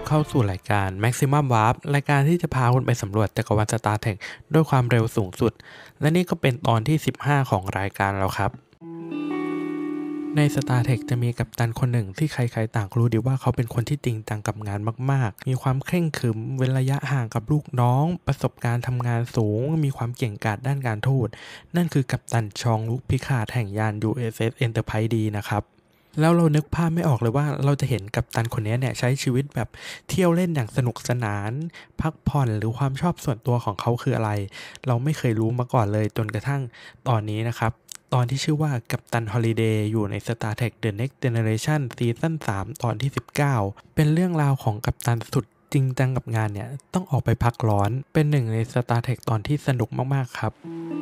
เข้าสู่รายการ Maximum Warp รายการที่จะพาคุณไปสำรวจจักรวาล Star Trek ด้วยความเร็วสูงสุดและนี่ก็เป็นตอนที่15ของรายการแล้วครับใน Star Trek จะมีกัปตันคนหนึ่งที่ใครๆต่างรู้ดีว่าเขาเป็นคนที่จริงจังกับงานมากๆมีความเคร่งขรึมเว้นระยะห่างกับลูกน้องประสบการณ์ทำงานสูงมีความเก่งกาจด้านการทูตนั่นคือกัปตันชองลุคพิคาร์ดแห่งยาน USS Enterprise D นะครับแล้วเรานึกภาพไม่ออกเลยว่าเราจะเห็นกัปตันคนนี้เนี่ยใช้ชีวิตแบบเที่ยวเล่นอย่างสนุกสนานพักผ่อนหรือความชอบส่วนตัวของเขาคืออะไรเราไม่เคยรู้มาก่อนเลยจนกระทั่งตอนนี้นะครับตอนที่ชื่อว่ากัปตันฮอลิเดย์อยู่ใน Star Trek The Next Generation ซีซั่น3ตอนที่19เป็นเรื่องราวของกัปตันสุดจริงจังกับงานเนี่ยต้องออกไปพักร้อนเป็นหนึ่งใน Star Trek ตอนที่สนุกมากๆครับ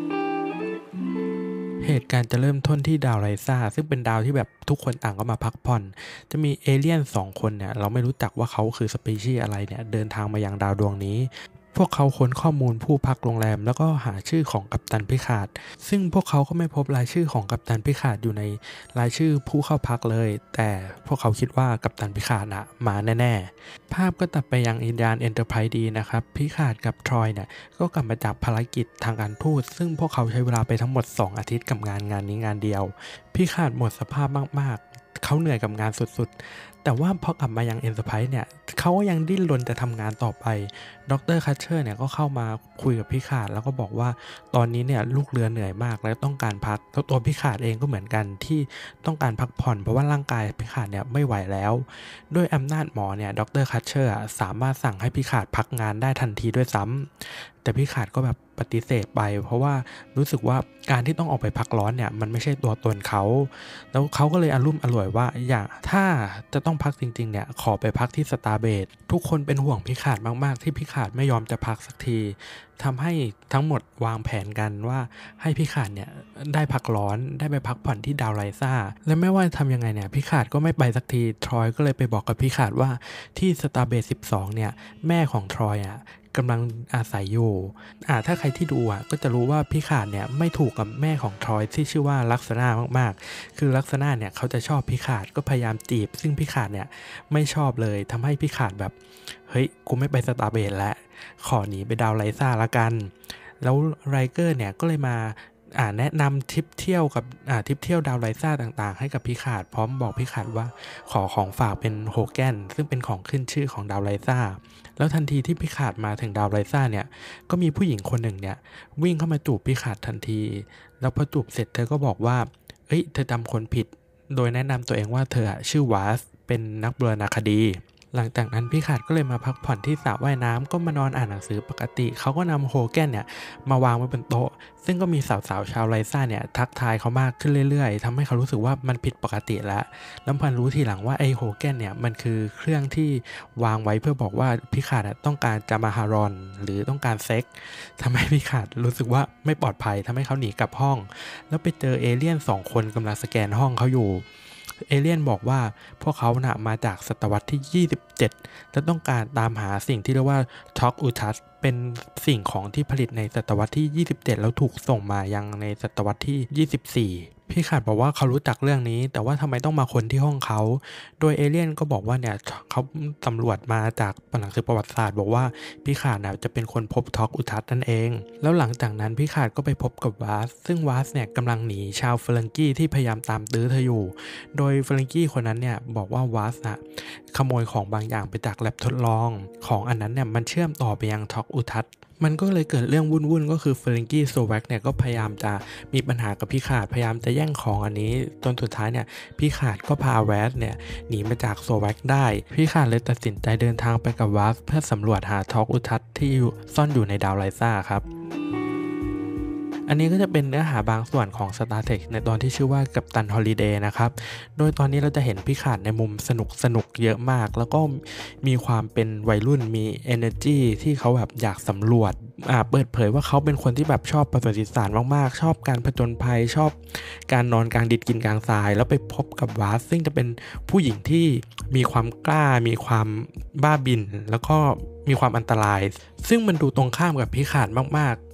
เหตุการณ์จะเริ่มต้นที่ดาวไรซ่าซึ่งเป็นดาวที่แบบทุกคนต่างก็มาพักผ่อนจะมีเอเลี่ยน2คนเนี่ยเราไม่รู้จักว่าเขาคือสปีชีส์อะไรเนี่ยเดินทางมายังดาวดวงนี้พวกเขาค้นข้อมูลผู้พักโรงแรมแล้วก็หาชื่อของกัปตันพิคาร์ดซึ่งพวกเขาก็ไม่พบรายชื่อของกัปตันพิคาร์ดอยู่ในรายชื่อผู้เข้าพักเลยแต่พวกเขาคิดว่ากัปตันพิคาร์ดน่ะมาแน่ๆภาพก็ตัดไปยังยานเอ็นเตอร์ไพรส์ดีนะครับพิคาร์ดกับทรอยเนี่ยก็กลับมาจากภารกิจทางการทูตซึ่งพวกเขาใช้เวลาไปทั้งหมด2อาทิตย์กับงานนี้งานเดียวพิคาร์ดหมดสภาพมากๆเขาเหนื่อยกับงานสุดๆแต่ว่าพอกลับมายังเอ็นเตอร์ไพรส์เนี่ยเขาก็ยังดิ้นรนจะทำงานต่อไปดร.คัตเชอร์เนี่ยก็เข้ามาคุยกับพิคาร์ดแล้วก็บอกว่าตอนนี้เนี่ยลูกเรือเหนื่อยมากและต้องการพักแล้วตัวพิคาร์ดเองก็เหมือนกันที่ต้องการพักผ่อนเพราะว่าร่างกายพิคาร์ดเนี่ยไม่ไหวแล้วด้วยอำนาจหมอเนี่ยดร.คัตเชอร์สามารถสั่งให้พิคาร์ดพักงานได้ทันทีด้วยซ้ำแต่พิคาร์ดก็แบบปฏิเสธไปเพราะว่ารู้สึกว่าการที่ต้องออกไปพักร้อนเนี่ยมันไม่ใช่ตัวตนเขาแล้วเขาก็เลยอรุ่มอร่วยว่าอย่างถ้าจะต้องพักจริงๆเนี่ยขอไปพักที่สตาร์เบสทุกคนเป็นห่วงพิคาร์ดมากๆที่พิคาร์ดไม่ยอมจะพักสักทีทำให้ทั้งหมดวางแผนกันว่าให้พิคาร์ดเนี่ยได้พักร้อนได้ไปพักผ่อนที่ดาวไรซ่าและไม่ว่าทำยังไงเนี่ยพิคาร์ดก็ไม่ไปสักทีทรอยก็เลยไปบอกกับพิคาร์ดว่าที่สตาร์เบส12เนี่ยแม่ของทรอยกำลังอาศัยอยู่ถ้าใครที่ดูก็จะรู้ว่าพิคาร์ดเนี่ยไม่ถูกกับแม่ของทรอยที่ชื่อว่าลักษณะมากๆคือลักษณะเนี่ยเขาจะชอบพิคาร์ดก็พยายามจีบซึ่งพิคาร์ดเนี่ยไม่ชอบเลยทำให้พิคาร์ดแบบเฮ้ยกูไม่ไปสตาร์เบสแล้วขอหนีไปดาวไรซ่าละกันแล้วไรเกอร์เนี่ยก็เลยมาแนะนำทริปเที่ยวกับทริปเที่ยวดาวไรซ่าต่างๆให้กับพิคาร์ดพร้อมบอกพิคาร์ดว่าขอของฝากเป็นโฮแกนซึ่งเป็นของขึ้นชื่อของดาวไรซ่าแล้วทันทีที่พิคาร์ดมาถึงดาวไรซ่าเนี่ยก็มีผู้หญิงคนหนึ่งเนี่ยวิ่งเข้ามาจูบพิคาร์ดทันทีแล้วพอจูบเสร็จเธอก็บอกว่าเอ้ยเธอจำคนผิดโดยแนะนำตัวเองว่าเธอชื่อวาสเป็นนักโบราณคดีหลังจากนั้นพิคาร์ดก็เลยมาพักผ่อนที่สระว่ายน้ำก็มานอนอ่านหนังสือปกติเขาก็นำโฮแกนเนี่ยมาวางไว้บนโต๊ะซึ่งก็มีสาวๆชาวไรซ่าเนี่ยทักทายเขามากขึ้นเรื่อยๆทำให้เขารู้สึกว่ามันผิดปกติแล้วพันรู้ทีหลังว่าไอ้โฮแกนเนี่ยมันคือเครื่องที่วางไว้เพื่อบอกว่าพิคาร์ดต้องการจะมาฮารอนหรือต้องการเซ็กทำให้พิคาร์ดรู้สึกว่าไม่ปลอดภัยทำให้เขาหนีกลับห้องแล้วไปเจอเอเลี่ยน2คนกำลังสแกนห้องเขาอยู่เอเลี่ยนบอกว่าพวกเขามาจากศตวรรษที่27และต้องการตามหาสิ่งที่เรียกว่าท็อกอุทัสเป็นสิ่งของที่ผลิตในศตวรรษที่27แล้วถูกส่งมายังในศตวรรษที่24พี่ขาดบอกว่าเขารู้จักเรื่องนี้แต่ว่าทำไมต้องมาค้นที่ห้องเขาโดยเอเลี่ยนก็บอกว่าเนี่ยเขาตำรวจมาจากหนังสือประวัติศาสตร์บอกว่าพี่ขาดจะเป็นคนพบท็อกอุทัสนั่นเองแล้วหลังจากนั้นพี่ขาดก็ไปพบกับวาสซึ่งวาสเนี่ยกำลังหนีชาวเฟรังกี้ที่พยายามตามตื้อเธออยู่โดยเฟรังกี้คนนั้นเนี่ยบอกว่าวาสขโมยของบางอย่างไปจากแลบทดลองของอันนั้นเนี่ยมันเชื่อมต่อไปยังท็อกอุทัสมันก็เลยเกิดเรื่องวุ่นๆก็คือเฟรังกี้โซแวกเนี่ยก็พยายามจะมีปัญหากับพี่ขาดพยายามจะแย่งของอันนี้จนสุดท้ายเนี่ยพี่ขาดก็พาแวสเนี่ยหนีมาจากโซแวกได้พี่ขาดเลยตัดสินใจเดินทางไปกับวาสเพื่อสำรวจหาท็อกอุทัสที่ซ่อนอยู่ในดาวไรซ่าครับอันนี้ก็จะเป็นเนื้อหาบางส่วนของ Star Trek ในตอนที่ชื่อว่ากัปตันฮอลิเดย์นะครับโดยตอนนี้เราจะเห็นพิคาร์ดในมุมสนุกเยอะมากแล้วก็มีความเป็นวัยรุ่นมี energy ที่เขาแบบอยากสำรวจเปิดเผยว่าเขาเป็นคนที่แบบชอบประวัติศาสตร์มากๆชอบการผจญภัยชอบการนอนกลางดินกินกลางทรายแล้วไปพบกับวาสซึ่งจะเป็นผู้หญิงที่มีความกล้ามีความบ้าบินแล้วก็มีความอันตรายซึ่งมันดูตรงข้ามกับพิคาร์ดมากๆ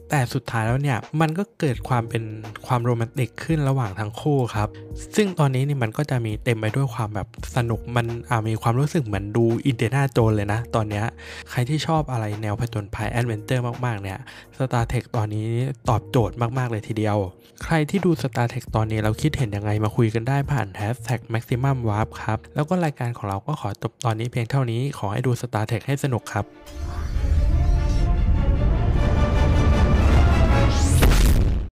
แต่สุดท้ายแล้วเนี่ยมันก็เกิดความเป็นความโรแมนติกขึ้นระหว่างทั้งคู่ครับซึ่งตอนนี้นี่มันก็จะมีเต็มไปด้วยความแบบสนุกมันมีความรู้สึกเหมือนดูอินเดียนาโจนส์เลยนะตอนเนี้ยใครที่ชอบอะไรแนวผจญภัยแอดเวนเจอร์มากๆเนี่ย Star Trek ตอนนี้ตอบโจทย์มากๆเลยทีเดียวใครที่ดู Star Trek ตอนนี้เราคิดเห็นยังไงมาคุยกันได้ผ่าน #maximumwarp ครับแล้วก็รายการของเราก็ขอจบตอนนี้เพียงเท่านี้ขอให้ดู Star Trek ให้สนุกครับ